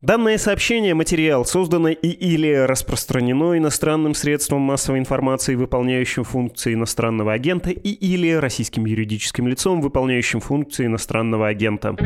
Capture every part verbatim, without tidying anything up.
Данное сообщение, материал, создано и или распространено иностранным средством массовой информации, выполняющим функции иностранного агента, и или российским юридическим лицом, выполняющим функции иностранного агента.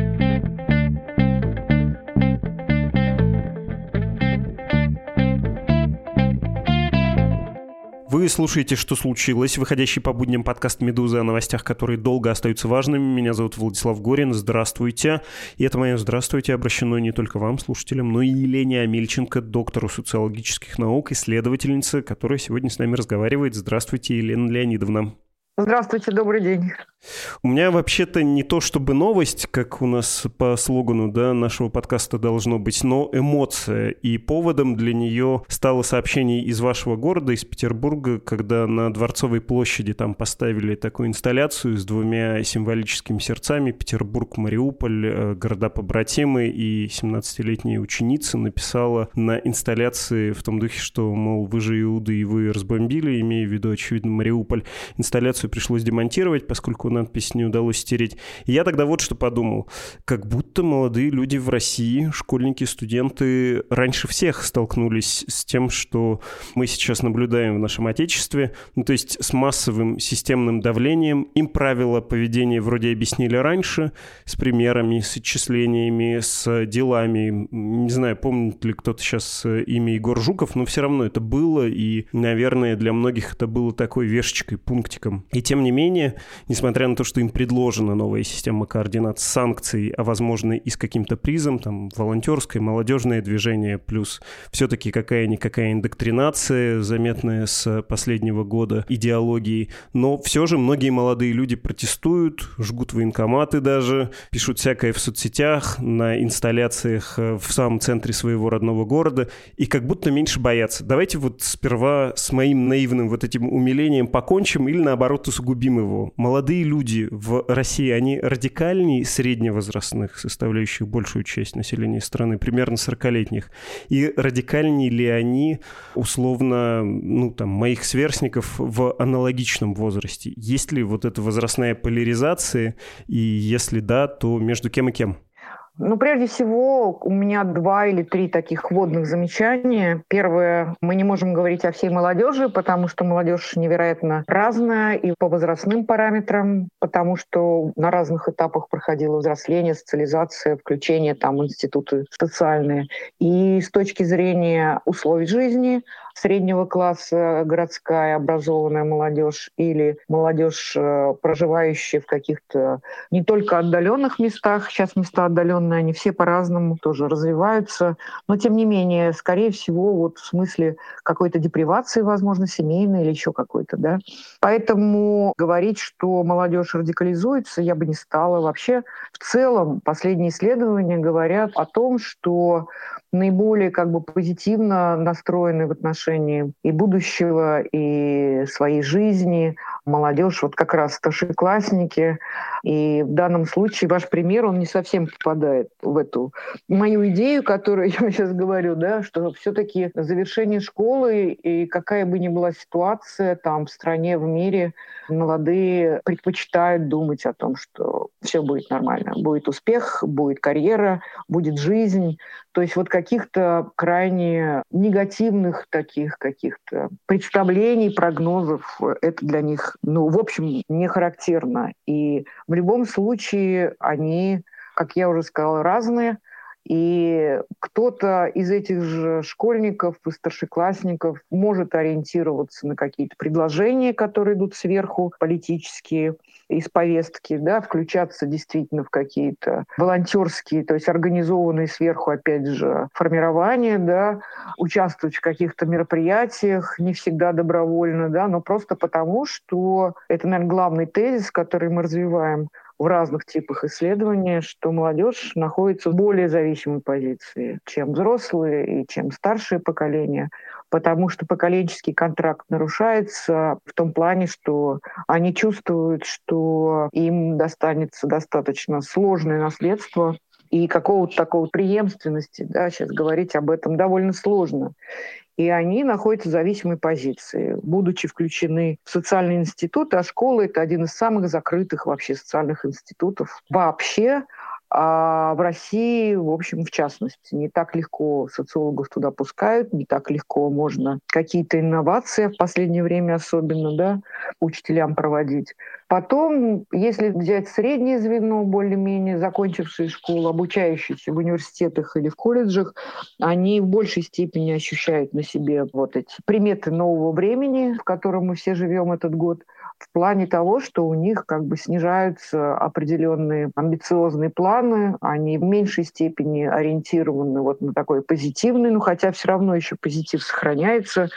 Вы слушаете «Что случилось?», выходящий по будням подкаст «Медузы» о новостях, которые долго остаются важными. Меня зовут Владислав Горин. Здравствуйте. И это мое «Здравствуйте» обращено не только вам, слушателям, но и Елене Амельченко, доктору социологических наук, исследовательнице, которая сегодня с нами разговаривает. Здравствуйте, Елена Леонидовна. Здравствуйте, добрый день. У меня вообще-то не то чтобы новость, как у нас по слогану, да, нашего подкаста должно быть, но эмоция. И поводом для нее стало сообщение из вашего города, из Петербурга, когда на Дворцовой площади там поставили такую инсталляцию с двумя символическими сердцами: Петербург, Мариуполь, города-побратимы, и семнадцатилетняя ученица написала на инсталляции в том духе, что, мол, вы же иуды и вы разбомбили, имея в виду, очевидно, Мариуполь. Инсталляцию пришлось демонтировать, поскольку надпись не удалось стереть. И я тогда вот что подумал. Как будто молодые люди в России, школьники, студенты, раньше всех столкнулись с тем, что мы сейчас наблюдаем в нашем Отечестве. Ну, то есть с массовым системным давлением. Им правила поведения вроде объяснили раньше, с примерами, с отчислениями, с делами. Не знаю, помнит ли кто-то сейчас имя Егор Жуков, но все равно это было, и, наверное, для многих это было такой вешечкой, пунктиком. И тем не менее, несмотря на то, что им предложена новая система координат с санкцией, а возможно и с каким-то призом, там, волонтерское, молодежное движение, плюс все-таки какая-никакая индоктринация, заметная с последнего года идеологии, но все же многие молодые люди протестуют, жгут военкоматы даже, пишут всякое в соцсетях, на инсталляциях в самом центре своего родного города, и как будто меньше боятся. Давайте вот сперва с моим наивным вот этим умилением покончим или, наоборот, усугубим его. Молодые люди в России, они радикальнее средневозрастных, составляющих большую часть населения страны, примерно сорокалетних, и радикальнее ли они, условно, ну, там, моих сверстников в аналогичном возрасте? Есть ли вот эта возрастная поляризация, и если да, то между кем и кем? Ну, прежде всего, у меня два или три таких вводных замечания. Первое, мы не можем говорить о всей молодежи, потому что молодежь невероятно разная и по возрастным параметрам, потому что на разных этапах проходило взросление, социализация, включение там институты социальные. И с точки зрения условий жизни, среднего класса, городская образованная молодежь или молодежь, проживающая в каких-то не только отдаленных местах, сейчас места отдаленные, они все по-разному тоже развиваются, но тем не менее, скорее всего, вот в смысле какой-то депривации, возможно, семейной или еще какой-то, да. Поэтому говорить, что молодежь радикализуется, я бы не стала. Вообще, в целом, последние исследования говорят о том, что наиболее как бы позитивно настроены в отношении и будущего, и своей жизни молодежь, вот как раз старшеклассники. И в данном случае ваш пример, он не совсем попадает в эту мою идею, которую я сейчас говорю, да, что все-таки завершение школы, и какая бы ни была ситуация там в стране, в мире, молодые предпочитают думать о том, что все будет нормально. Будет успех, будет карьера, будет жизнь. То есть вот каких-то крайне негативных таких каких-то представлений, прогнозов, это для них, ну, в общем, не характерно. И в любом случае они, как я уже сказала, разные. И кто-то из этих же школьников и старшеклассников может ориентироваться на какие-то предложения, которые идут сверху, политические, из повестки, да, включаться действительно в какие-то волонтерские, то есть организованные сверху, опять же, формирования, да, участвовать в каких-то мероприятиях, не всегда добровольно, да, но просто потому, что это, наверное, главный тезис, который мы развиваем в разных типах исследований, что молодежь находится в более зависимой позиции, чем взрослые и чем старшее поколение, потому что поколенческий контракт нарушается в том плане, что они чувствуют, что им достанется достаточно сложное наследство, и какого-то такого преемственности, да, сейчас говорить об этом довольно сложно. И они находятся в зависимой позиции, будучи включены в социальные институты, а школа — это один из самых закрытых вообще социальных институтов вообще. А в России, в общем, в частности, не так легко социологов туда пускают, не так легко можно какие-то инновации в последнее время особенно, да, учителям проводить. Потом, если взять среднее звено, более-менее закончившие школу, обучающиеся в университетах или в колледжах, они в большей степени ощущают на себе вот эти приметы нового времени, в котором мы все живем этот год, в плане того, что у них как бы снижаются определенные амбициозные планы, они в меньшей степени ориентированы вот на такой позитивный, но хотя все равно еще позитив сохраняется.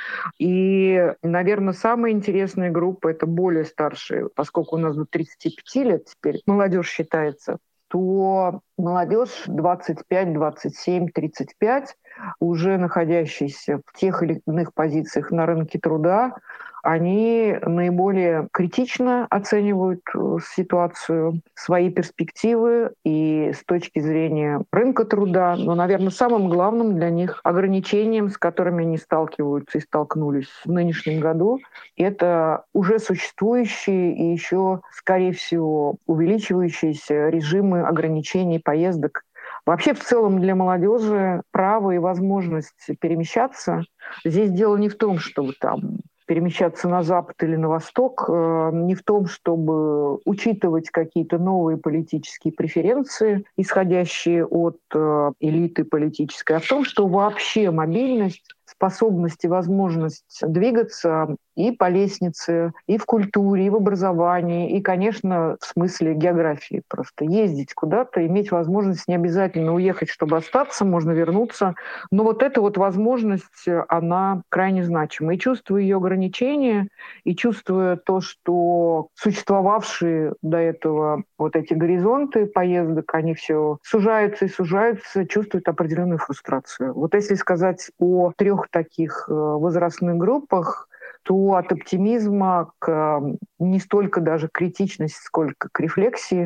И, наверное, самая интересная группа — это более старшие, поскольку у нас до тридцати пяти лет теперь молодежь считается, то молодежь двадцать пять, двадцать семь, тридцать пять, уже находящиеся в тех или иных позициях на рынке труда, они наиболее критично оценивают ситуацию, свои перспективы и с точки зрения рынка труда. Но, наверное, самым главным для них ограничением, с которыми они сталкиваются и столкнулись в нынешнем году, это уже существующие и еще, скорее всего, увеличивающиеся режимы ограничений поездок. Вообще, в целом, для молодежи право и возможность перемещаться. Здесь дело не в том, чтобы там перемещаться на запад или на восток, не в том, чтобы учитывать какие-то новые политические преференции, исходящие от элиты политической, а в том, что вообще мобильность, способность и возможность двигаться и по лестнице, и в культуре, и в образовании, и, конечно, в смысле географии. Просто ездить куда-то, иметь возможность, не обязательно уехать, чтобы остаться, можно вернуться. Но вот эта вот возможность, она крайне значима. И чувствуя ее ограничения, и чувствуя то, что существовавшие до этого вот эти горизонты поездок, они все сужаются и сужаются, чувствуют определенную фрустрацию. Вот если сказать о трех таких возрастных группах, то от оптимизма к не столько даже критичности, сколько к рефлексии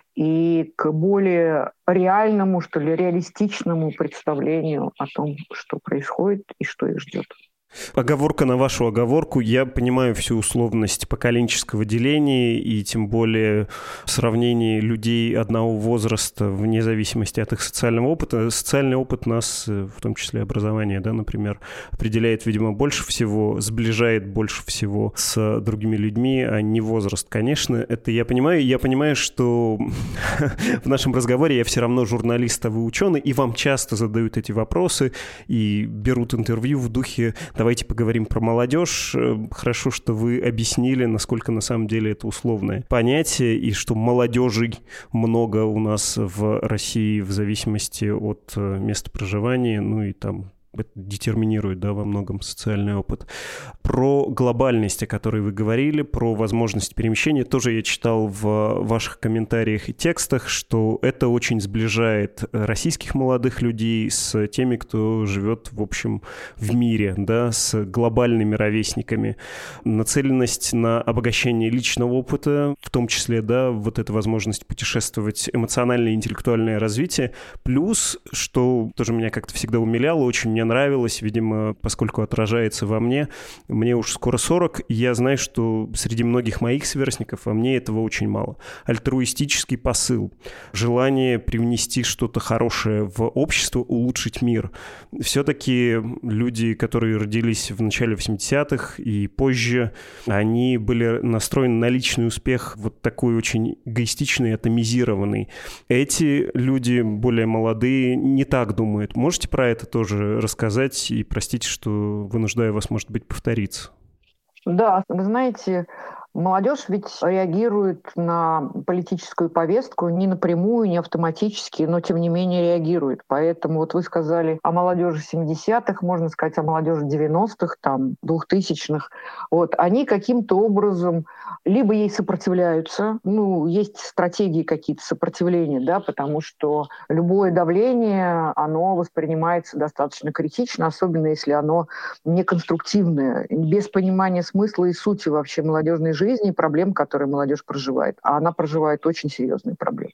и к более реальному, что ли, реалистичному представлению о том, что происходит и что их ждет. Оговорка на вашу оговорку. Я понимаю всю условность поколенческого деления и тем более сравнение людей одного возраста вне зависимости от их социального опыта. Социальный опыт нас, в том числе образование, да, например, определяет, видимо, больше всего, сближает больше всего с другими людьми, а не возраст. Конечно, это я понимаю. Я понимаю, что в нашем разговоре я все равно журналист, а вы ученый, и вам часто задают эти вопросы и берут интервью в духе: давайте поговорим про молодежь. Хорошо, что вы объяснили, насколько на самом деле это условное понятие, и что молодежи много у нас в России в зависимости от места проживания, ну и там это детерминирует, да, во многом социальный опыт. Про глобальность, о которой вы говорили, про возможность перемещения, тоже я читал в ваших комментариях и текстах, что это очень сближает российских молодых людей с теми, кто живет, в общем, в мире, да, с глобальными ровесниками. Нацеленность на обогащение личного опыта, в том числе, да, вот эта возможность путешествовать, эмоциональное и интеллектуальное развитие, плюс, что тоже меня как-то всегда умиляло, очень мне нравилось, видимо, поскольку отражается во мне. Мне уж скоро сорок, и я знаю, что среди многих моих сверстников во мне этого очень мало. Альтруистический посыл, желание привнести что-то хорошее в общество, улучшить мир. Все-таки люди, которые родились в начале восьмидесятых и позже, они были настроены на личный успех, вот такой очень эгоистичный, атомизированный. Эти люди, более молодые, не так думают. Можете про это тоже рассказать? И простите, что вынуждаю вас, может быть, повториться. Да, вы знаете, молодежь ведь реагирует на политическую повестку не напрямую, не автоматически, но тем не менее реагирует. Поэтому вот вы сказали о молодежи семидесятых, можно сказать о молодежи девяностых, там, двухтысячных. Вот, они каким-то образом либо ей сопротивляются, ну, есть стратегии какие-то сопротивления, да, потому что любое давление, оно воспринимается достаточно критично, особенно если оно неконструктивное, без понимания смысла и сути вообще молодежной жизни, проблем, которые молодежь проживает. А она проживает очень серьезные проблемы.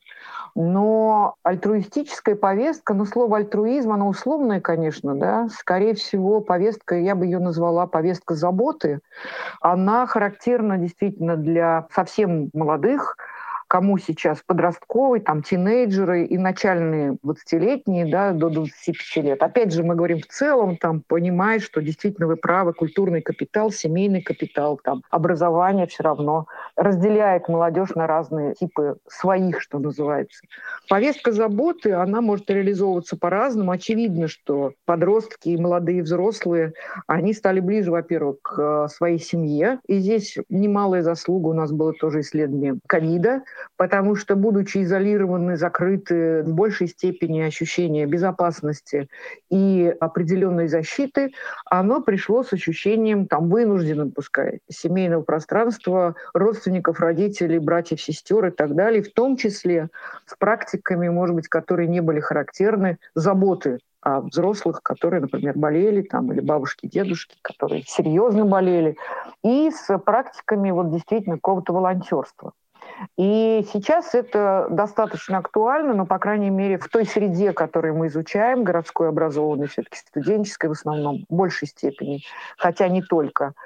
Но альтруистическая повестка, ну, слово альтруизм, оно условное, конечно, да, скорее всего, повестка, я бы ее назвала повестка заботы, она характерна действительно для совсем молодых, кому сейчас подростковый, там, тинейджеры и начальные двадцатилетние, да, до двадцати пяти лет. Опять же, мы говорим в целом, там, понимая, что действительно вы правы, культурный капитал, семейный капитал, там, образование все равно разделяет молодежь на разные типы своих, что называется. Повестка заботы, она может реализовываться по-разному. Очевидно, что подростки и молодые взрослые, они стали ближе, во-первых, к своей семье. И здесь немалая заслуга, у нас было тоже исследование ковида, потому что, будучи изолированы, закрыты, в большей степени ощущение безопасности и определенной защиты, оно пришло с ощущением там, вынужденным, пускай, семейного пространства, родственников, родителей, братьев, сестер и так далее, в том числе с практиками, может быть, которые не были характерны, заботы о взрослых, которые, например, болели, там, или бабушки, дедушки, которые серьезно болели, и с практиками вот, действительно какого-то волонтерства. И сейчас это достаточно актуально, но, по крайней мере, в той среде, которую мы изучаем, городской образованной, все-таки студенческой в основном, в большей степени, хотя не только,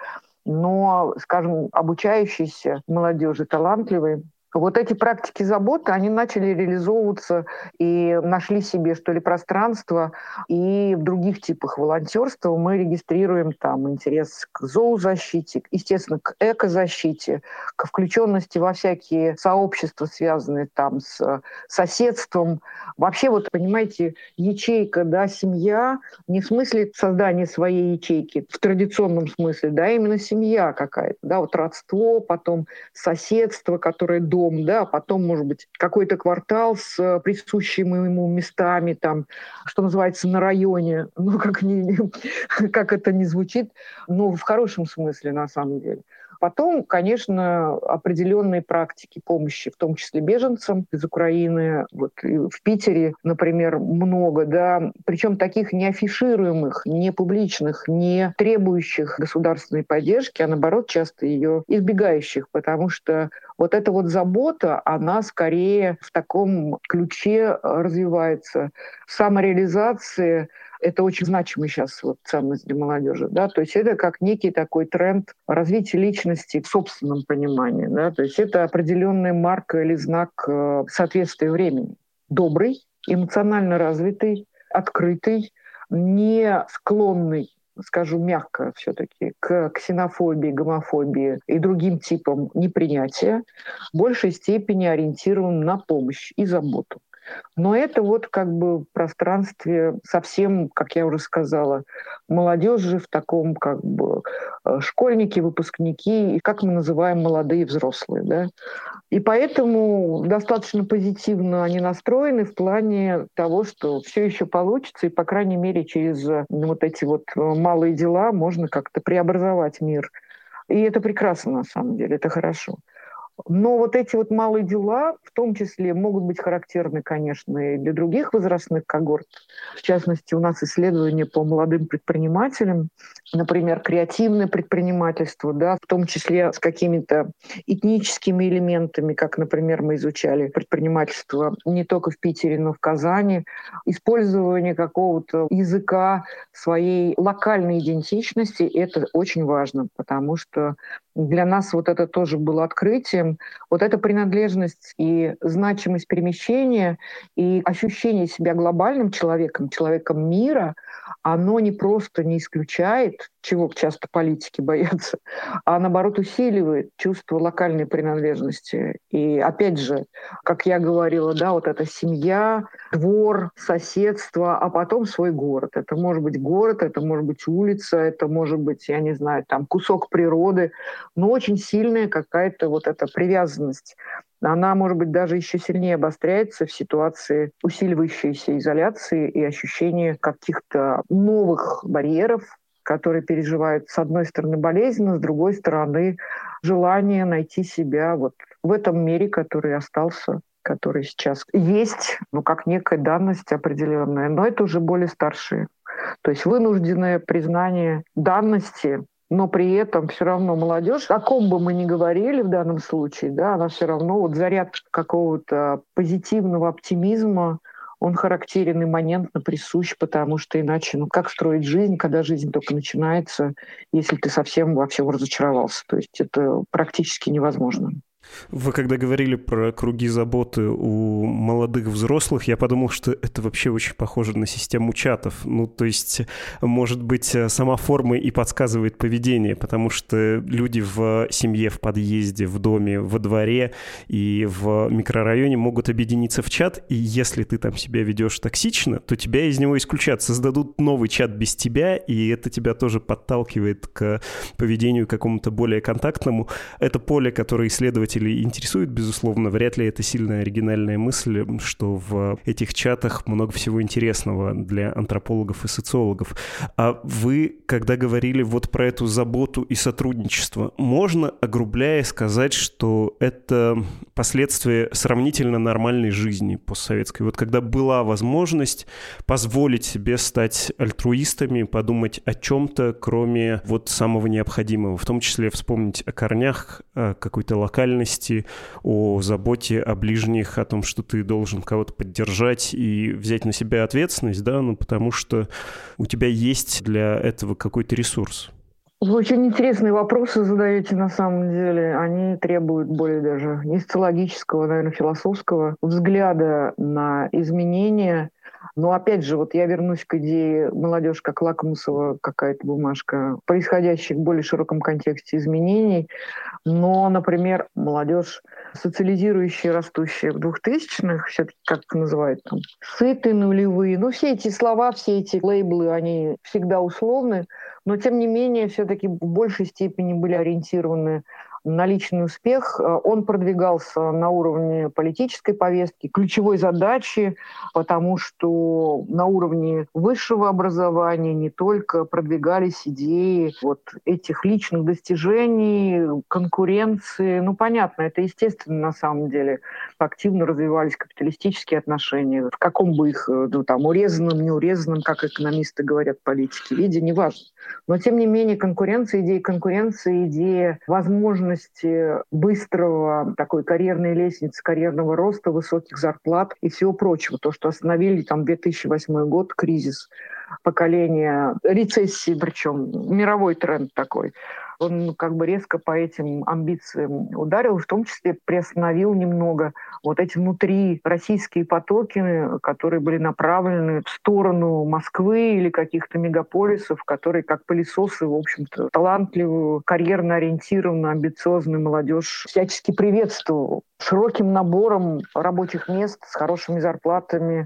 но, скажем, обучающейся молодежи, талантливой, вот эти практики заботы, они начали реализовываться и нашли себе, что ли, пространство. И в других типах волонтерства мы регистрируем там интерес к зоозащите, естественно, к экозащите, к включенности во всякие сообщества, связанные там с соседством. Вообще, вот, понимаете, ячейка, да, семья, не в смысле создания своей ячейки, в традиционном смысле, да, именно семья какая-то, да, вот родство, потом соседство, которое дом, да, а потом, может быть, какой-то квартал с присущими ему местами, там, что называется, на районе, ну, как, не, как это ни звучит, но в хорошем смысле, на самом деле. Потом, конечно, определенные практики помощи, в том числе беженцам из Украины. Вот в Питере, например, много, да, причем таких не афишируемых, не публичных, не требующих государственной поддержки, а наоборот, часто ее избегающих, потому что вот эта вот забота, она скорее в таком ключе развивается. Самореализация — это очень значимая сейчас вот ценность для молодежи, да, то есть это как некий такой тренд развития личности в собственном понимании, да, то есть это определенная марка или знак соответствия времени. Добрый, эмоционально развитый, открытый, не склонный, скажу мягко все-таки, к ксенофобии, гомофобии и другим типам непринятия, в большей степени ориентирован на помощь и заботу. Но это вот как бы в пространстве совсем, как я уже сказала, молодежи в таком как бы школьники, выпускники, и как мы называем молодые взрослые. Да? И поэтому достаточно позитивно они настроены в плане того, что все еще получится, и, по крайней мере, через вот эти вот малые дела можно как-то преобразовать мир. И это прекрасно, на самом деле, это хорошо. Но вот эти вот малые дела, в том числе, могут быть характерны, конечно, и для других возрастных когорт. В частности, у нас исследования по молодым предпринимателям, например, креативное предпринимательство, да, в том числе с какими-то этническими элементами, как, например, мы изучали предпринимательство не только в Питере, но и в Казани, использование какого-то языка своей локальной идентичности, это очень важно, потому что для нас вот это тоже было открытием. Вот эта принадлежность и значимость перемещения и ощущение себя глобальным человеком, человеком мира, оно не просто не исключает, чего часто политики боятся, а наоборот усиливает чувство локальной принадлежности. И опять же, как я говорила, да, вот эта семья, двор, соседство, а потом свой город. Это может быть город, это может быть улица, это может быть, я не знаю, там кусок природы, но очень сильная какая-то вот эта привязанность. Она, может быть, даже еще сильнее обостряется в ситуации усиливающейся изоляции и ощущения каких-то новых барьеров, которые переживают, с одной стороны, болезненно, с другой стороны, желание найти себя вот в этом мире, который остался, который сейчас есть, ну, как некая данность определенная, но это уже более старшие. То есть вынужденное признание данности, но при этом все равно молодежь, о ком бы мы ни говорили в данном случае, да, она все равно, вот заряд какого-то позитивного оптимизма, он характерен, имманентно присущ, потому что иначе, ну как строить жизнь, когда жизнь только начинается, если ты совсем во всем разочаровался? То есть это практически невозможно. Вы когда говорили про круги заботы у молодых взрослых, я подумал, что это вообще очень похоже на систему чатов. Ну, то есть, может быть, сама форма и подсказывает поведение, потому что люди в семье, в подъезде, в доме, во дворе и в микрорайоне могут объединиться в чат, и если ты там себя ведешь токсично, то тебя из него исключат, создадут новый чат без тебя, и это тебя тоже подталкивает к поведению какому-то более контактному. Это поле, которое исследователи интересует, безусловно. Вряд ли это сильно оригинальная мысль, что в этих чатах много всего интересного для антропологов и социологов. А вы, когда говорили вот про эту заботу и сотрудничество, можно, огрубляя, сказать, что это последствия сравнительно нормальной жизни постсоветской? Вот когда была возможность позволить себе стать альтруистами, подумать о чем-то, кроме вот самого необходимого, в том числе вспомнить о корнях, о какой-то локальности, о заботе о ближних, о том, что ты должен кого-то поддержать и взять на себя ответственность, да, ну потому что у тебя есть для этого какой-то ресурс. Вы очень интересные вопросы задаете на самом деле. Они требуют более даже не социологического, наверное, философского взгляда на изменения. Но опять же, вот я вернусь к идее молодежь как лакмусовая какая-то бумажка, происходящих в более широком контексте изменений. Но, например, молодежь, социализирующая, растущая в двухтысячных, все-таки, как их называют, там, сытые, нулевые, ну, все эти слова, все эти лейблы, они всегда условны, но, тем не менее, все-таки в большей степени были ориентированы на личный успех. Он продвигался на уровне политической повестки, ключевой задачи, потому что на уровне высшего образования не только продвигались идеи вот этих личных достижений, конкуренции. Ну, понятно, это естественно на самом деле. Активно развивались капиталистические отношения. В каком бы их, ну, там, урезанном, неурезанном, как экономисты говорят, политики, виде, неважно. Но, тем не менее, конкуренция, идея конкуренции, идея возможности быстрого такой карьерной лестницы, карьерного роста, высоких зарплат и всего прочего. То, что остановили там две тысячи восьмой год, кризис поколения, рецессии, причем мировой тренд такой. Он как бы резко по этим амбициям ударил, в том числе приостановил немного вот эти внутри российские потоки, которые были направлены в сторону Москвы или каких-то мегаполисов, которые как пылесосы, в общем-то, талантливую, карьерно ориентированную, амбициозную молодежь всячески приветствовал. Широким набором рабочих мест с хорошими зарплатами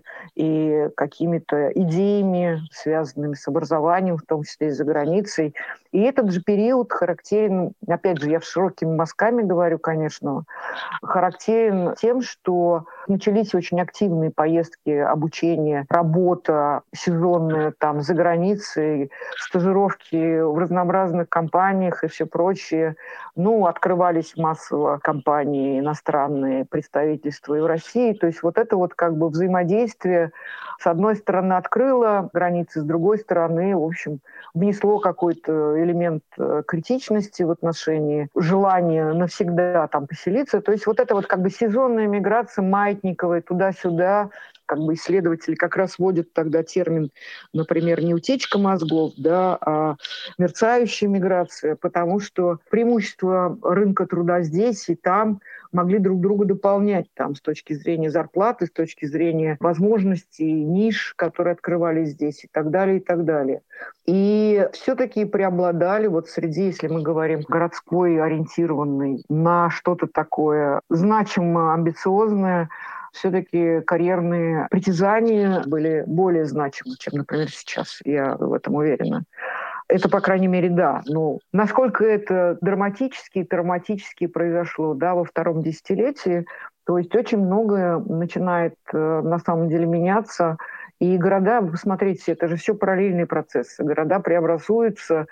и какими-то идеями, связанными с образованием, в том числе и за границей. И этот же период характерен, опять же, я в широкими мазками говорю, конечно, характерен тем, что начались очень активные поездки, обучение, работа сезонная там за границей, стажировки в разнообразных компаниях и все прочее. Ну, открывались массово компании иностранные, представительства и в России. То есть вот это вот как бы взаимодействие с одной стороны открыло границы, с другой стороны, в общем, внесло какой-то элемент критичности в отношении желания навсегда там поселиться. То есть вот это вот как бы сезонная миграция маятниковая туда-сюда, как бы исследователи как раз вводят тогда термин, например, не утечка мозгов, да, а мерцающая миграция, потому что преимущества рынка труда здесь и там могли друг друга дополнять там, с точки зрения зарплаты, с точки зрения возможностей, ниш, которые открывались здесь и так далее, и так далее. И все-таки преобладали вот среди, если мы говорим, городской, ориентированный на что-то такое значимое, амбициозное, все-таки карьерные притязания были более значимы, чем, например, сейчас. Я в этом уверена. Это, по крайней мере, да. Но насколько это драматически и травматически произошло, да, во втором десятилетии, то есть очень многое начинает на самом деле меняться. И города, посмотрите, это же все параллельные процессы. Города преобразуются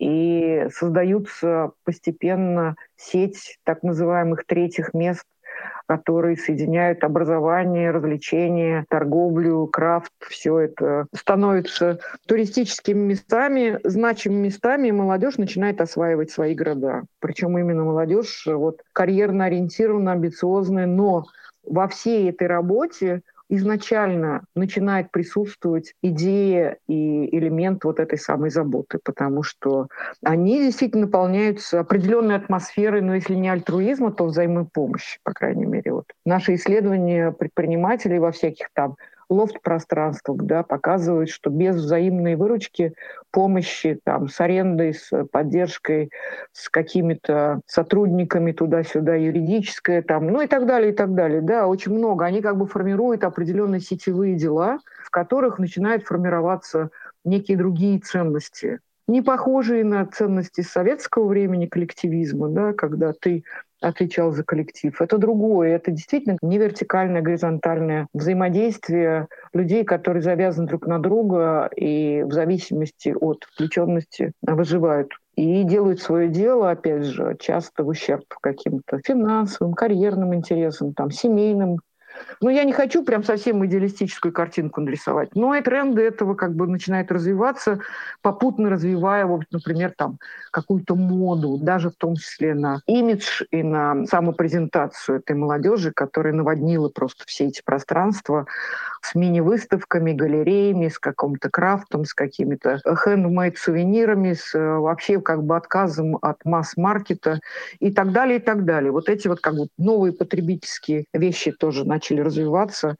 и создаются постепенно сеть так называемых третьих мест, которые соединяют образование, развлечения, торговлю, крафт. Все это становится туристическими местами, значимыми местами, и молодежь начинает осваивать свои города. Причем именно молодежь вот, карьерно ориентированная, амбициозная, но во всей этой работе изначально начинает присутствовать идея и элемент вот этой самой заботы, потому что они действительно наполняются определенной атмосферой, но если не альтруизма, то взаимопомощи, по крайней мере. Вот. Наши исследования предпринимателей во всяких там лофт-пространствах, да, показывают, что без взаимной выручки, помощи там, с арендой, с поддержкой, с какими-то сотрудниками туда-сюда, юридическое, там, ну и так далее, и так далее. Да, очень много. Они как бы формируют определенные сетевые дела, в которых начинают формироваться некие другие ценности, не похожие на ценности советского времени коллективизма, да, когда ты отвечал за коллектив. Это другое. Это действительно не вертикальное, горизонтальное взаимодействие людей, которые завязаны друг на друга и в зависимости от включенности выживают. И делают свое дело, опять же, часто в ущерб каким-то финансовым, карьерным интересам, там, семейным. Ну, я не хочу прям совсем идеалистическую картинку нарисовать, но и тренды этого как бы начинают развиваться, попутно развивая, вот, например, там, какую-то моду, даже в том числе на имидж и на самопрезентацию этой молодежи, которая наводнила просто все эти пространства с мини-выставками, галереями, с каким-то крафтом, с какими-то хендмейд-сувенирами, с вообще как бы отказом от масс-маркета и так далее, и так далее. Вот эти вот как бы новые потребительские вещи тоже начали развиваться.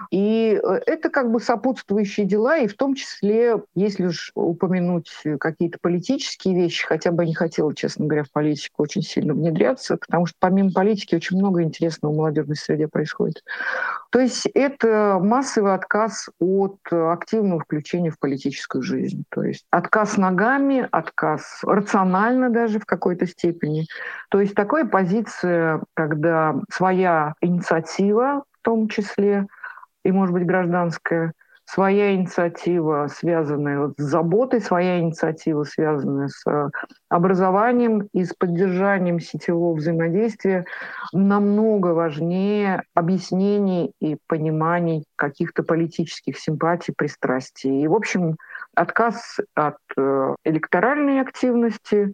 И это как бы сопутствующие дела, и в том числе, если уж упомянуть какие-то политические вещи, хотя бы я не хотела, честно говоря, в политику очень сильно внедряться, потому что помимо политики очень много интересного в молодежной среде происходит. То есть это массовый отказ от активного включения в политическую жизнь. То есть отказ ногами, отказ рационально даже в какой-то степени. То есть такая позиция, когда своя инициатива, в том числе, и, может быть, гражданская, своя инициатива, связанная вот с заботой, своя инициатива, связанная с образованием и с поддержанием сетевого взаимодействия, намного важнее объяснений и пониманий каких-то политических симпатий, пристрастий. И, в общем, отказ от электоральной активности,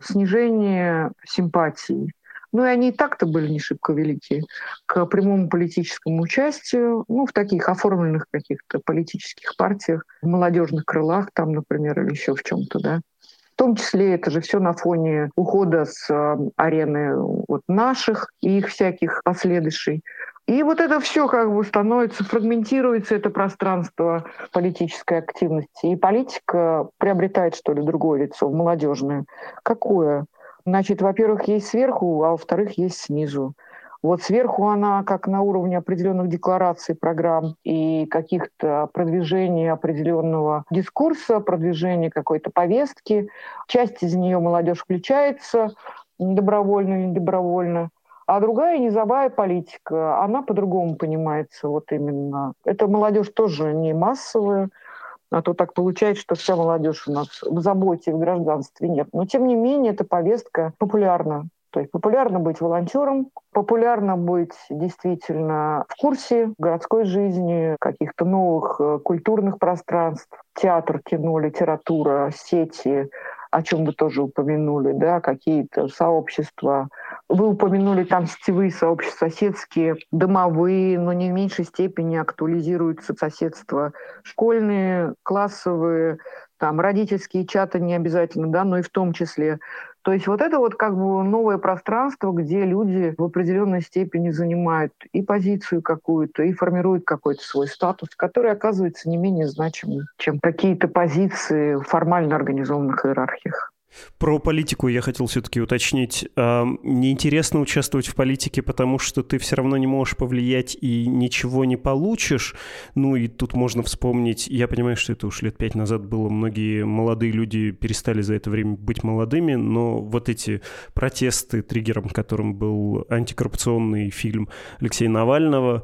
снижение симпатий. Ну и они и так-то были не шибко велики, к прямому политическому участию, ну, в таких оформленных каких-то политических партиях, в молодежных крылах там, например, или еще в чем-то, да. В том числе это же все на фоне ухода с арены вот наших и их всяких последующих. И вот это все как бы становится, фрагментируется это пространство политической активности. И политика приобретает, что ли, другое лицо, молодежное. Какое? Значит, во-первых, есть сверху, а во-вторых, есть снизу. Вот сверху она как на уровне определенных деклараций, программ и каких-то продвижений определенного дискурса, продвижения какой-то повестки. Часть из нее молодежь включается добровольно или недобровольно. А другая низовая политика, она по-другому понимается вот именно. Эта молодежь тоже не массовая, а то так получается, что вся молодежь у нас в заботе, в гражданстве нет. Но, тем не менее, эта повестка популярна. То есть популярно быть волонтером, популярно быть действительно в курсе городской жизни, каких-то новых культурных пространств, театр, кино, литература, сети, о чем вы тоже упомянули, да, какие-то сообщества. Вы упомянули там сетевые сообщества, соседские, домовые, но не в меньшей степени актуализируются соседства школьные, классовые, там родительские чаты не обязательно, да, но и в том числе. То есть вот это вот как бы новое пространство, где люди в определенной степени занимают и позицию какую-то, и формируют какой-то свой статус, который оказывается не менее значимым, чем какие-то позиции в формально организованных иерархиях. Про политику я хотел все-таки уточнить. Неинтересно участвовать в политике, потому что ты все равно не можешь повлиять и ничего не получишь. Ну и тут можно вспомнить, я понимаю, что это уж лет пять назад было, многие молодые люди перестали за это время быть молодыми, но вот эти протесты, триггером которым был антикоррупционный фильм Алексея Навального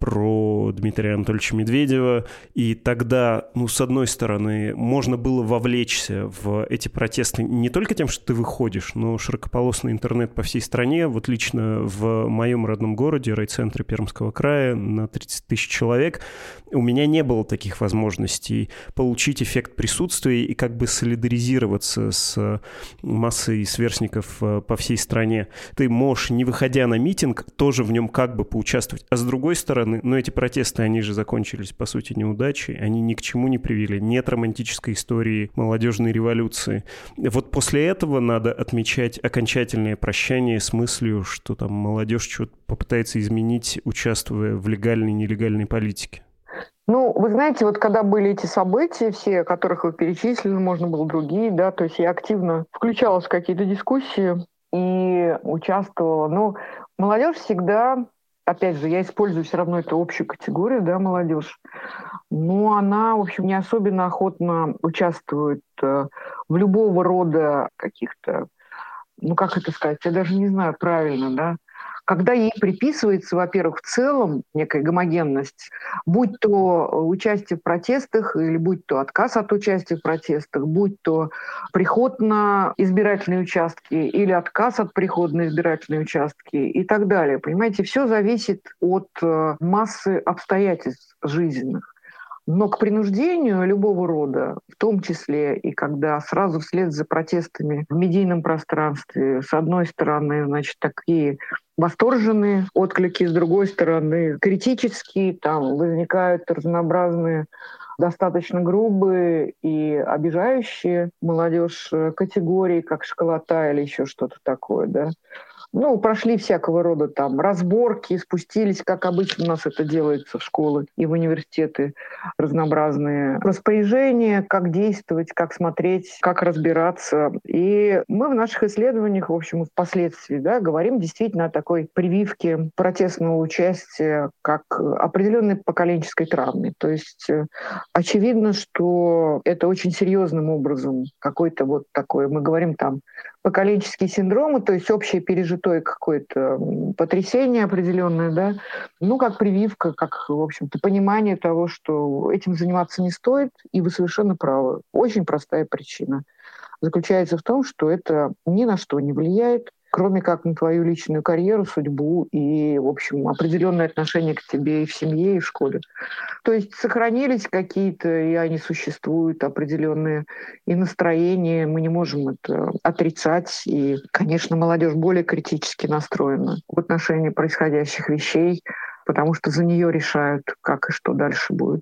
про Дмитрия Анатольевича Медведева, и тогда, ну, с одной стороны, можно было вовлечься в эти протесты не только тем, что ты выходишь, но широкополосный интернет по всей стране. Вот лично в моем родном городе, райцентре Пермского края, на тридцать тысяч человек, у меня не было таких возможностей получить эффект присутствия и как бы солидаризироваться с массой сверстников по всей стране. Ты можешь, не выходя на митинг, тоже в нем как бы поучаствовать. А с другой стороны, стороны, но эти протесты, они же закончились, по сути, неудачей, они ни к чему не привели, нет романтической истории молодежной революции. Вот после этого надо отмечать окончательное прощание с мыслью, что там молодежь что-то попытается изменить, участвуя в легальной и нелегальной политике. Ну, вы знаете, вот когда были эти события, все, которых вы перечислили, можно было другие, да, то есть я активно включалась в какие-то дискуссии и участвовала. Но молодежь всегда, опять же, я использую все равно эту общую категорию, да, молодежь, но она, в общем, не особенно охотно участвует в любого рода каких-то, ну, как это сказать, я даже не знаю правильно, да, когда ей приписывается, во-первых, в целом некая гомогенность, будь то участие в протестах, или будь то отказ от участия в протестах, будь то приход на избирательные участки, или отказ от прихода на избирательные участки и так далее. Понимаете, все зависит от массы обстоятельств жизненных. Но к принуждению любого рода, в том числе и когда сразу вслед за протестами в медийном пространстве, с одной стороны, значит, такие восторженные отклики, с другой стороны, критические, там возникают разнообразные, достаточно грубые и обижающие молодежь категории, как школота или еще что-то такое, да. Ну, прошли всякого рода там разборки, спустились, как обычно у нас это делается в школы и в университеты, разнообразные распоряжения, как действовать, как смотреть, как разбираться. И мы в наших исследованиях, в общем, впоследствии, да, говорим действительно о такой прививке протестного участия как определенной поколенческой травме. То есть очевидно, что это очень серьезным образом какой-то вот такой, мы говорим там, поколенческие синдромы, то есть общее пережитое какое-то потрясение определенное, да, ну, как прививка, как, в общем-то, понимание того, что этим заниматься не стоит, и вы совершенно правы. Очень простая причина заключается в том, что это ни на что не влияет, кроме как на твою личную карьеру, судьбу и, в общем, определенное отношение к тебе и в семье, и в школе. То есть сохранились какие-то, и они существуют, определенные и настроения, мы не можем это отрицать. И, конечно, молодежь более критически настроена в отношении происходящих вещей, потому что за нее решают, как и что дальше будет.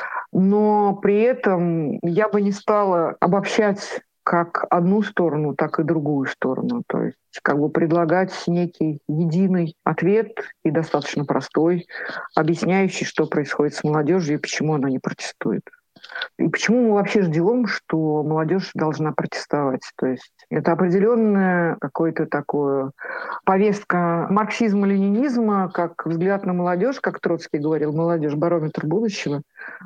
Но при этом я бы не стала обобщать как одну сторону, так и другую сторону. То есть как бы предлагать некий единый ответ и достаточно простой, объясняющий, что происходит с молодежью и почему она не протестует. И почему мы вообще ждем, что молодежь должна протестовать? То есть это определенная какое-то такое повестка марксизма-ленинизма, как взгляд на молодежь, как Троцкий говорил, молодежь — барометр будущего.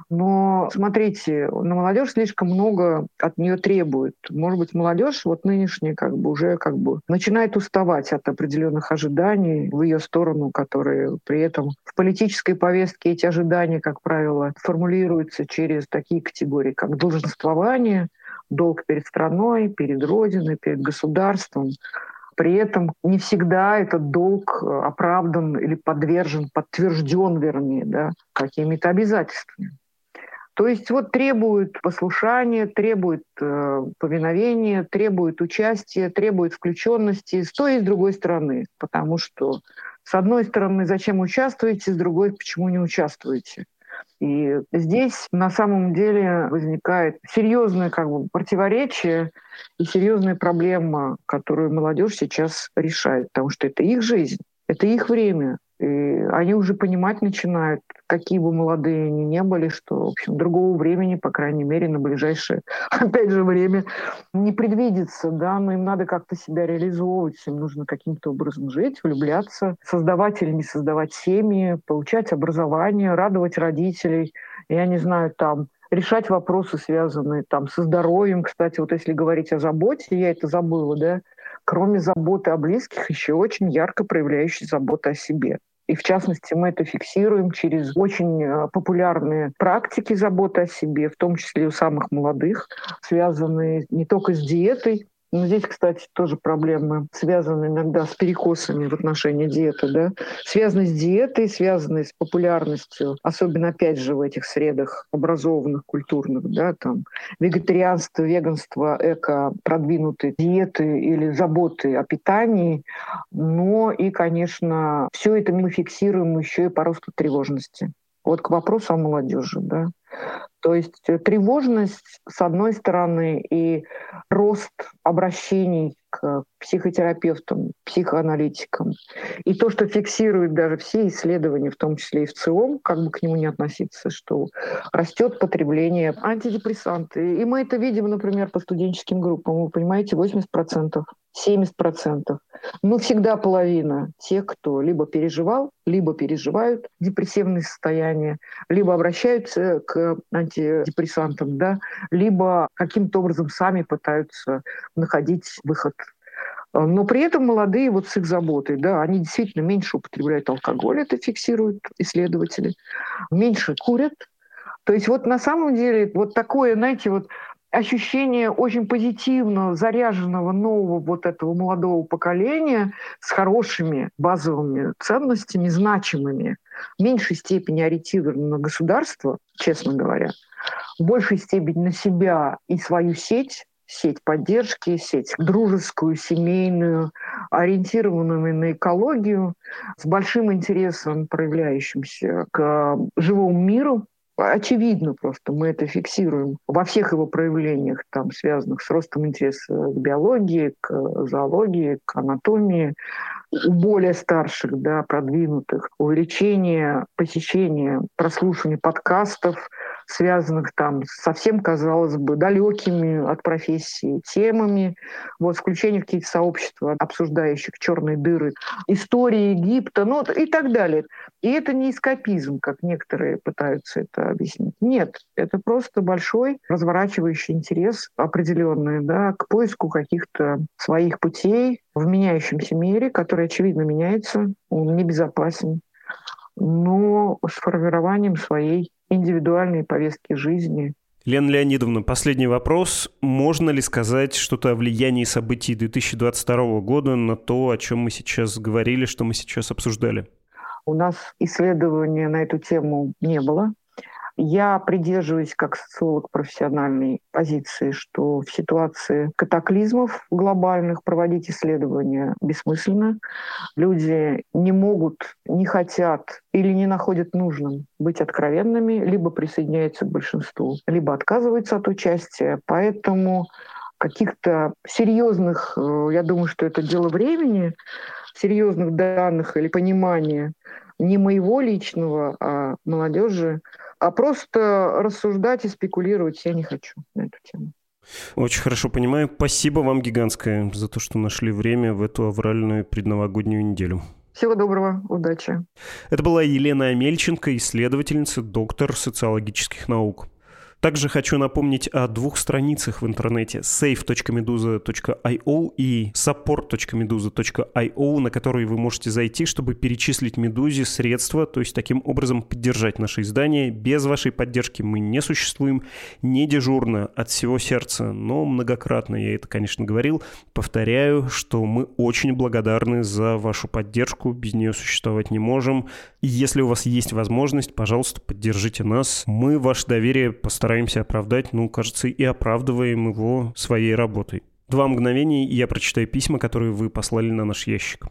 Но смотрите, на молодежь слишком много от нее требует. Может быть, молодежь вот нынешняя как бы уже как бы начинает уставать от определенных ожиданий в ее сторону, которые при этом в политической повестке эти ожидания, как правило, формулируются через такие категории, как долженствование, долг перед страной, перед Родиной, перед государством. При этом не всегда этот долг оправдан или подвержен, подтвержден, вернее, да, какими-то обязательствами. То есть вот требует послушания, требует э, повиновения, требует участия, требует включенности с той и с другой стороны. Потому что с одной стороны, зачем участвуете, с другой, почему не участвуете. И здесь на самом деле возникает серьезное как бы противоречие и серьезная проблема, которую молодежь сейчас решает, потому что это их жизнь, это их время. И они уже понимать начинают, какие бы молодые они ни были, что, в общем, другого времени, по крайней мере, на ближайшее, опять же, время не предвидится, да, но им надо как-то себя реализовывать, им нужно каким-то образом жить, влюбляться, создавать или не создавать семьи, получать образование, радовать родителей, я не знаю, там, решать вопросы, связанные там со здоровьем. Кстати, вот если говорить о заботе, я это забыла, да, кроме заботы о близких, еще очень ярко проявляющей заботу о себе. И в частности мы это фиксируем через очень популярные практики заботы о себе, в том числе у самых молодых, связанные не только с диетой, Но здесь, кстати, тоже проблемы, связаны иногда с перекосами в отношении диеты, да, связаны с диетой, связаны с популярностью, особенно, опять же, в этих средах образованных, культурных, да, там, вегетарианство, веганство, эко, продвинутые диеты или заботы о питании, но и, конечно, все это мы фиксируем еще и по росту тревожности. Вот к вопросу о молодежи, да. То есть тревожность, с одной стороны, и рост обращений к психотерапевтам, психоаналитикам. И то, что фиксируют даже все исследования, в том числе и в ЦИОМ, как бы к нему не относиться, что растет потребление антидепрессантов. И мы это видим, например, по студенческим группам. Вы понимаете, восемьдесят процентов, семьдесят процентов. Ну, всегда половина тех, кто либо переживал, либо переживают депрессивные состояния, либо обращаются к антидепрессантам, да, либо каким-то образом сами пытаются находить выход. Но при этом молодые вот с их заботой, да, они действительно меньше употребляют алкоголь, это фиксируют исследователи, меньше курят. То есть вот на самом деле вот такое, знаете, вот ощущение очень позитивного, заряженного нового вот этого молодого поколения с хорошими базовыми ценностями, значимыми, в меньшей степени ориентированы на государство, честно говоря, в большей степени на себя и свою сеть, сеть поддержки, сеть дружескую, семейную, ориентированную на экологию, с большим интересом проявляющимся к живому миру. Очевидно просто, мы это фиксируем во всех его проявлениях, там, связанных с ростом интереса к биологии, к зоологии, к анатомии. У более старших, да, продвинутых, увеличение посещения, прослушивания подкастов, связанных там с совсем, казалось бы, далекими от профессии темами, вот, включение в какие-то сообщества, обсуждающих черные дыры, истории Египта, ну и так далее. И это не эскапизм, как некоторые пытаются это объяснить. Нет, это просто большой разворачивающий интерес определенный, да, к поиску каких-то своих путей в меняющемся мире, который, очевидно, меняется, он небезопасен, но с формированием своей индивидуальной повестки жизни. Лена Леонидовна, последний вопрос. Можно ли сказать что-то о влиянии событий две тысячи двадцать второго года на то, о чем мы сейчас говорили, что мы сейчас обсуждали? У нас исследования на эту тему не было. Я придерживаюсь, как социолог профессиональной позиции, что в ситуации катаклизмов глобальных проводить исследования бессмысленно. Люди не могут, не хотят или не находят нужным быть откровенными, либо присоединяются к большинству, либо отказываются от участия. Поэтому каких-то серьезных, я думаю, что это дело времени, серьезных данных или понимания не моего личного, а молодежи, а просто рассуждать и спекулировать я не хочу на эту тему. Очень хорошо понимаю. Спасибо вам гигантское за то, что нашли время в эту авральную предновогоднюю неделю. Всего доброго, удачи. Это была Елена Амельченко, исследовательница, доктор социологических наук. Также хочу напомнить о двух страницах в интернете: сейф точка медуза точка ай о и саппорт точка медуза точка ай о, на которые вы можете зайти, чтобы перечислить Медузе средства, то есть таким образом поддержать наше издание. Без вашей поддержки мы не существуем, не дежурно, от всего сердца, но многократно я это, конечно, говорил. Повторяю, что мы очень благодарны за вашу поддержку, без нее существовать не можем. И если у вас есть возможность, пожалуйста, поддержите нас. Мы ваше доверие постараемся Стараемся оправдать, ну, кажется, и оправдываем его своей работой. Два мгновения, и я прочитаю письма, которые вы послали на наш ящик.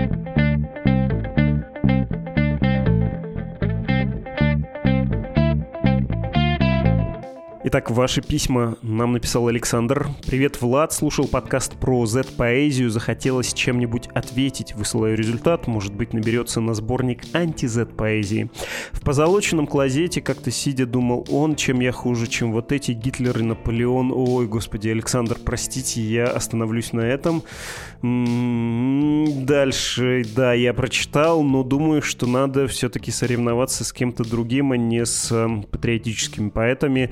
Итак, ваши письма нам написал Александр. Привет, Влад, слушал подкаст про зет-поэзию, захотелось чем-нибудь ответить. Высылаю результат, может быть, наберется на сборник анти-зет-поэзии. В позолоченном клозете, как-то сидя, думал он, чем я хуже, чем вот эти Гитлер и Наполеон. Ой, господи, Александр, простите, я остановлюсь на этом. М-м-м, дальше, да, я прочитал, но думаю, что надо все-таки соревноваться с кем-то другим, а не с э, патриотическими поэтами. Тут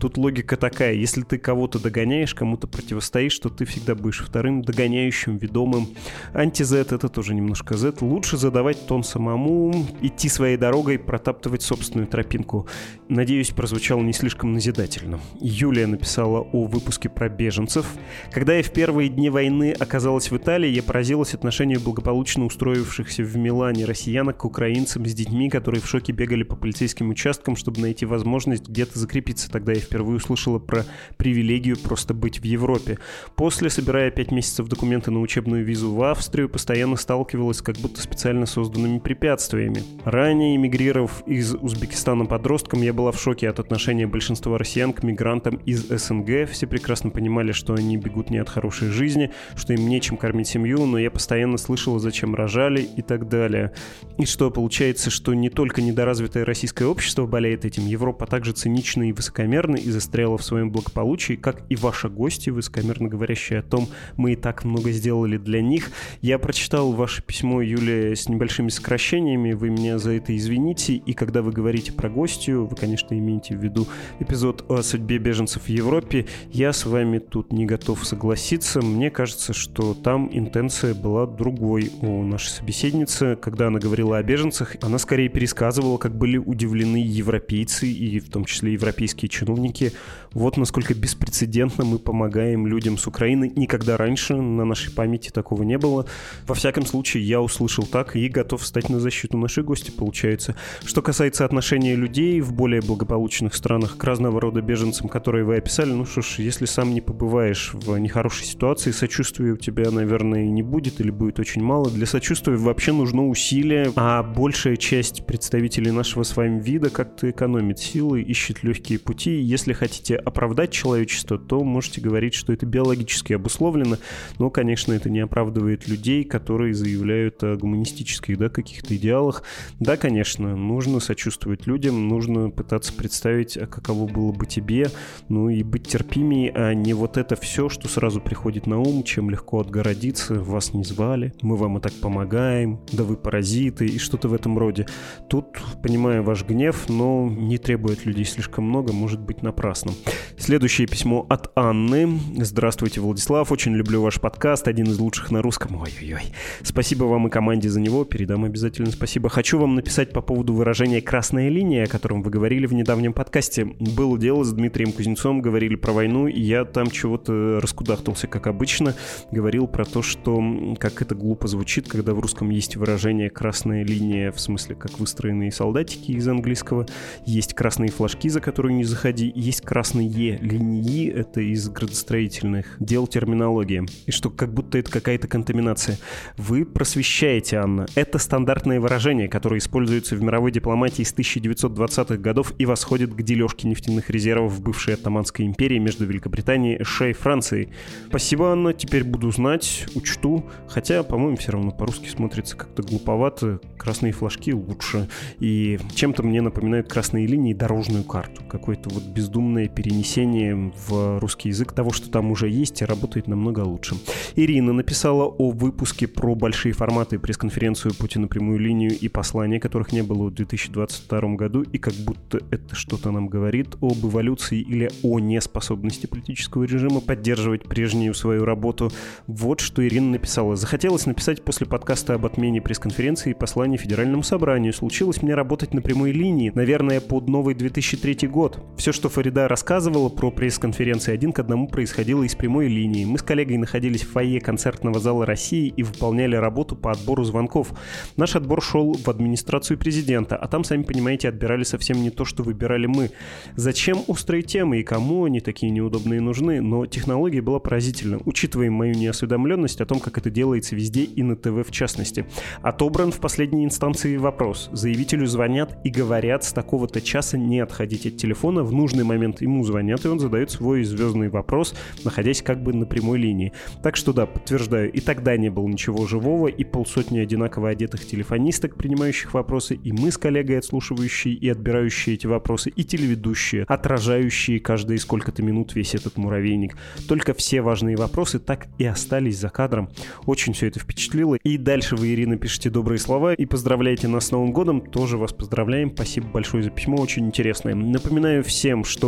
тут логика такая. Если ты кого-то догоняешь, кому-то противостоишь, то ты всегда будешь вторым догоняющим, ведомым. Анти-Z — это тоже немножко Z. Лучше задавать тон самому, идти своей дорогой, протаптывать собственную тропинку. Надеюсь, прозвучало не слишком назидательно. Юлия написала о выпуске про беженцев. Когда я в первые дни войны оказалась в Италии, я поразилась отношению благополучно устроившихся в Милане россиянок к украинцам с детьми, которые в шоке бегали по полицейским участкам, чтобы найти возможность где-то закрепиться. Тогда я впервые услышала про привилегию просто быть в Европе. После, собирая пять месяцев документы на учебную визу в Австрию, постоянно сталкивалась с как будто специально созданными препятствиями. Ранее, эмигрировав из Узбекистана подростком, я была в шоке от отношения большинства россиян к мигрантам из СНГ. Все прекрасно понимали, что они бегут не от хорошей жизни, что им нечем кормить семью, но я постоянно слышала, зачем рожали и так далее. И что получается, что не только недоразвитое российское общество болеет этим, Европа также цинична и высокомерна и застряла в своем благополучии, как и ваши гости, высокомерно говорящие о том, мы и так много сделали для них. Я прочитал ваше письмо, Юлия, с небольшими сокращениями, вы меня за это извините, и когда вы говорите про гостью, вы, конечно, имеете в виду эпизод о судьбе беженцев в Европе, я с вами тут не готов согласиться. Мне кажется, что там интенция была другой у нашей собеседницы. Когда она говорила о беженцах, она скорее пересказывала, как были удивлены европейцы и в том числе европейские чиновники. Вот насколько беспрецедентно мы помогаем людям с Украины. Никогда раньше на нашей памяти такого не было. Во всяком случае, я услышал так и готов встать на защиту нашей гости, получается. Что касается отношения людей в более благополучных странах к разного рода беженцам, которые вы описали, ну что ж, если сам не побываешь в нехорошей ситуации, сочувствия у тебя, наверное, не будет или будет очень мало. Для сочувствия вообще нужно усилие, а большая часть представителей нашего с вами вида как-то экономит силы, ищет легкие пути. Если хотите оправдать человечество, то можете говорить, что это биологически обусловлено, но, конечно, это не оправдывает людей, которые заявляют о гуманистических, да, каких-то идеалах. Да, конечно, нужно сочувствовать людям, нужно пытаться представить, а каково было бы тебе, ну и быть терпимее, а не вот это все, что сразу приходит на ум, чем легко отгородиться, вас не звали, мы вам и так помогаем, да вы паразиты и что-то в этом роде. Тут, понимаю ваш гнев, но не требует людей слишком много, может быть напрасным. Следующее письмо от Анны. Здравствуйте, Владислав, очень люблю ваш подкаст, один из лучших на русском. Ой-ой-ой. Спасибо вам и команде за него, передам обязательно спасибо. Хочу вам написать по поводу выражения «красная линия», о котором вы говорили в недавнем подкасте. Было дело с Дмитрием Кузнецом, говорили про войну, и я там чего-то раскудахтался, как обычно. Говорил про то, что как это глупо звучит, когда в русском есть выражение «красная линия», в смысле, как выстроенные солдатики из английского. Есть красные флажки, за которые не заходи. Есть красные линии, это из градостроительных дел терминологии. И что как будто это какая-то контаминация. Вы просвещаете, Анна. Это стандартное выражение, которое используется в мировой дипломатии с тысяча девятьсот двадцатых годов и восходит к дележке нефтяных резервов в бывшей Оттоманской империи между Великобританией, США и Францией. Спасибо, Анна, теперь буду знать, учту. Хотя, по-моему, все равно по-русски смотрится как-то глуповато. Красные флажки лучше. И чем-то мне напоминают красные линии дорожную карту. Какое-то вот бездумное перенесение в русский язык того, что там уже есть, и работает намного лучше. Ирина написала о выпуске про большие форматы, пресс-конференцию «Пути на прямую линию» и послания, которых не было в две тысячи двадцать втором году, и как будто это что-то нам говорит об эволюции или о неспособности политического режима поддерживать прежнюю свою работу. Вот что Ирина написала. Захотелось написать после подкаста об отмене пресс-конференции и послания Федеральному собранию. Случилось мне работать на прямой линии, наверное, под новый две тысячи третий год. Все, что Фарида рассказывала про пресс-конференции, один к одному происходило из прямой линии. Мы с коллегой находились в фойе концертного зала России и выполняли работу по отбору звонков. Наш отбор шел в администрацию президента, а там, сами понимаете, отбирали совсем не то, что выбирали мы. Зачем острые темы и кому они такие неудобные нужны? Но технология была поразительна. Учитывая мою неосведомленность о том, как это делается везде и на ТВ в частности. Отобран в последней инстанции вопрос. Заявителю звонят и говорят с такого-то часа не отходить от телефона. В нужный момент ему звонят, и он задает свой звездный вопрос, находясь как бы на прямой линии. Так что да, подтверждаю, и тогда не было ничего живого, и полсотни одинаково одетых телефонисток, принимающих вопросы, и мы с коллегой, отслушивающие и отбирающие эти вопросы, и телеведущие, отражающие каждые сколько-то минут весь этот муравейник. Только все важные вопросы так и остались за кадром. Очень все это впечатлило. И дальше вы, Ирина, пишете добрые слова и поздравляете нас с Новым годом. Тоже вас поздравляем. Спасибо большое за письмо, очень интересное. Напоминаю всем, что это был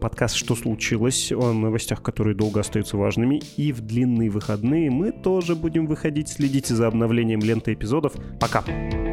подкаст «Что случилось?», о новостях, которые долго остаются важными. И в длинные выходные мы тоже будем выходить. Следите за обновлением ленты эпизодов. Пока!